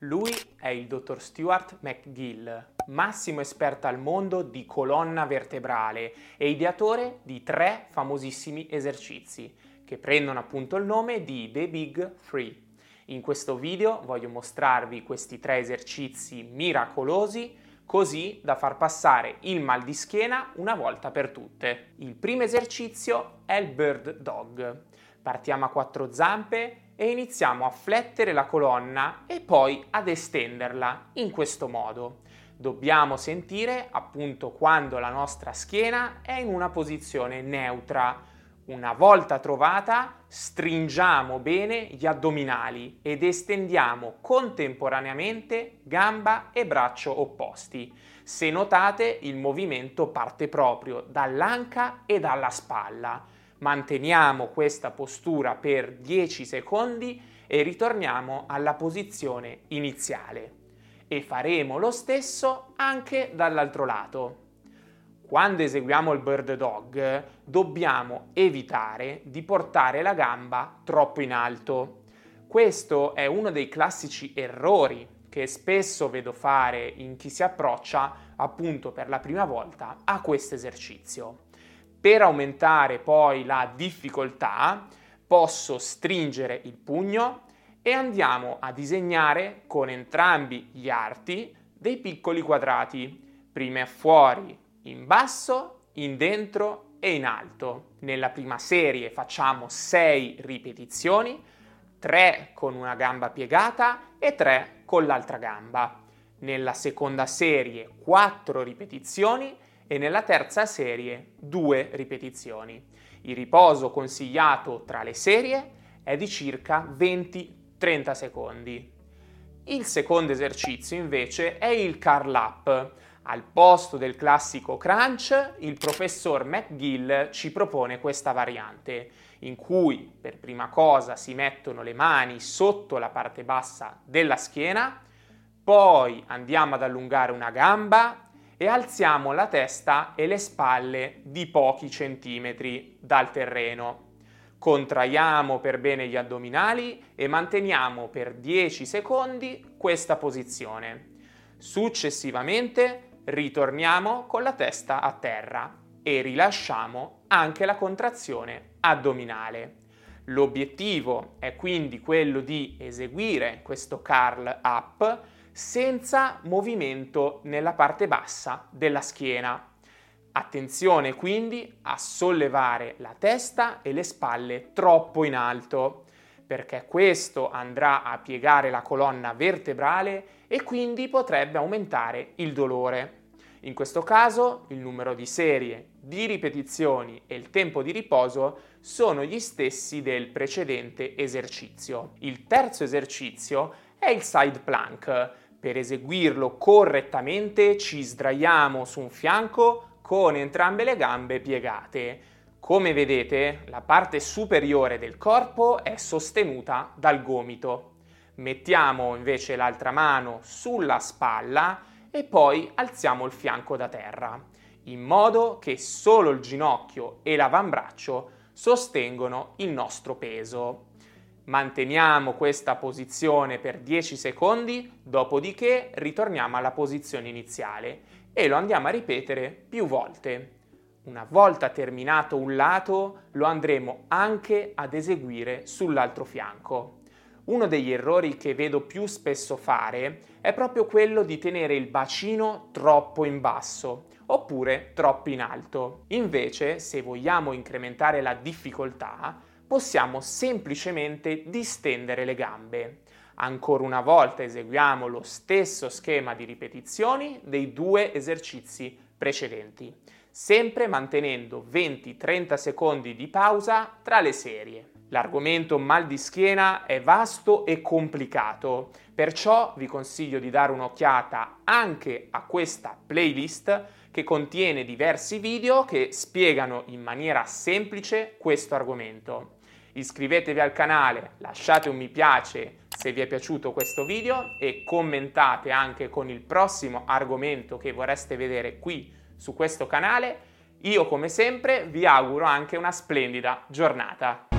Lui è il dottor Stuart McGill, massimo esperto al mondo di colonna vertebrale e ideatore di 3 famosissimi esercizi che prendono appunto il nome di The Big Three. In questo video voglio mostrarvi questi 3 esercizi miracolosi così da far passare il mal di schiena una volta per tutte. Il primo esercizio è il Bird Dog. Partiamo a 4 zampe e iniziamo a flettere la colonna e poi ad estenderla in questo modo. Dobbiamo sentire appunto quando la nostra schiena è in una posizione neutra. Una volta trovata, stringiamo bene gli addominali ed estendiamo contemporaneamente gamba e braccio opposti. Se notate, il movimento parte proprio dall'anca e dalla spalla. Manteniamo questa postura per 10 secondi e ritorniamo alla posizione iniziale. E faremo lo stesso anche dall'altro lato. Quando eseguiamo il Bird Dog dobbiamo evitare di portare la gamba troppo in alto. Questo è uno dei classici errori che spesso vedo fare in chi si approccia appunto per la prima volta a questo esercizio. Per aumentare poi la difficoltà posso stringere il pugno e andiamo a disegnare con entrambi gli arti dei piccoli quadrati, prima fuori, in basso, in dentro e in alto. Nella prima serie facciamo 6 ripetizioni, 3 con una gamba piegata e 3 con l'altra gamba. Nella seconda serie 4 ripetizioni e nella terza serie 2 ripetizioni. Il riposo consigliato tra le serie è di circa 20-30 secondi. Il secondo esercizio invece è il curl up. Al posto del classico crunch, il professor McGill ci propone questa variante, in cui per prima cosa si mettono le mani sotto la parte bassa della schiena, poi andiamo ad allungare una gamba e alziamo la testa e le spalle di pochi centimetri dal terreno. Contraiamo per bene gli addominali e manteniamo per 10 secondi questa posizione. Successivamente ritorniamo con la testa a terra e rilasciamo anche la contrazione addominale. L'obiettivo è quindi quello di eseguire questo curl up senza movimento nella parte bassa della schiena. Attenzione quindi a sollevare la testa e le spalle troppo in alto, perché questo andrà a piegare la colonna vertebrale e quindi potrebbe aumentare il dolore. In questo caso il numero di serie, di ripetizioni e il tempo di riposo sono gli stessi del precedente esercizio. Il terzo esercizio è il side plank. Per eseguirlo correttamente ci sdraiamo su un fianco con entrambe le gambe piegate. Come vedete, la parte superiore del corpo è sostenuta dal gomito. Mettiamo invece l'altra mano sulla spalla e poi alziamo il fianco da terra, in modo che solo il ginocchio e l'avambraccio sostengono il nostro peso. Manteniamo questa posizione per 10 secondi, dopodiché ritorniamo alla posizione iniziale e lo andiamo a ripetere più volte. Una volta terminato un lato, lo andremo anche ad eseguire sull'altro fianco. Uno degli errori che vedo più spesso fare è proprio quello di tenere il bacino troppo in basso oppure troppo in alto. Invece, se vogliamo incrementare la difficoltà, possiamo semplicemente distendere le gambe. Ancora una volta eseguiamo lo stesso schema di ripetizioni dei 2 esercizi precedenti, sempre mantenendo 20-30 secondi di pausa tra le serie. L'argomento mal di schiena è vasto e complicato, perciò vi consiglio di dare un'occhiata anche a questa playlist che contiene diversi video che spiegano in maniera semplice questo argomento. Iscrivetevi al canale, lasciate un mi piace se vi è piaciuto questo video e commentate anche con il prossimo argomento che vorreste vedere qui su questo canale. Io come sempre vi auguro anche una splendida giornata.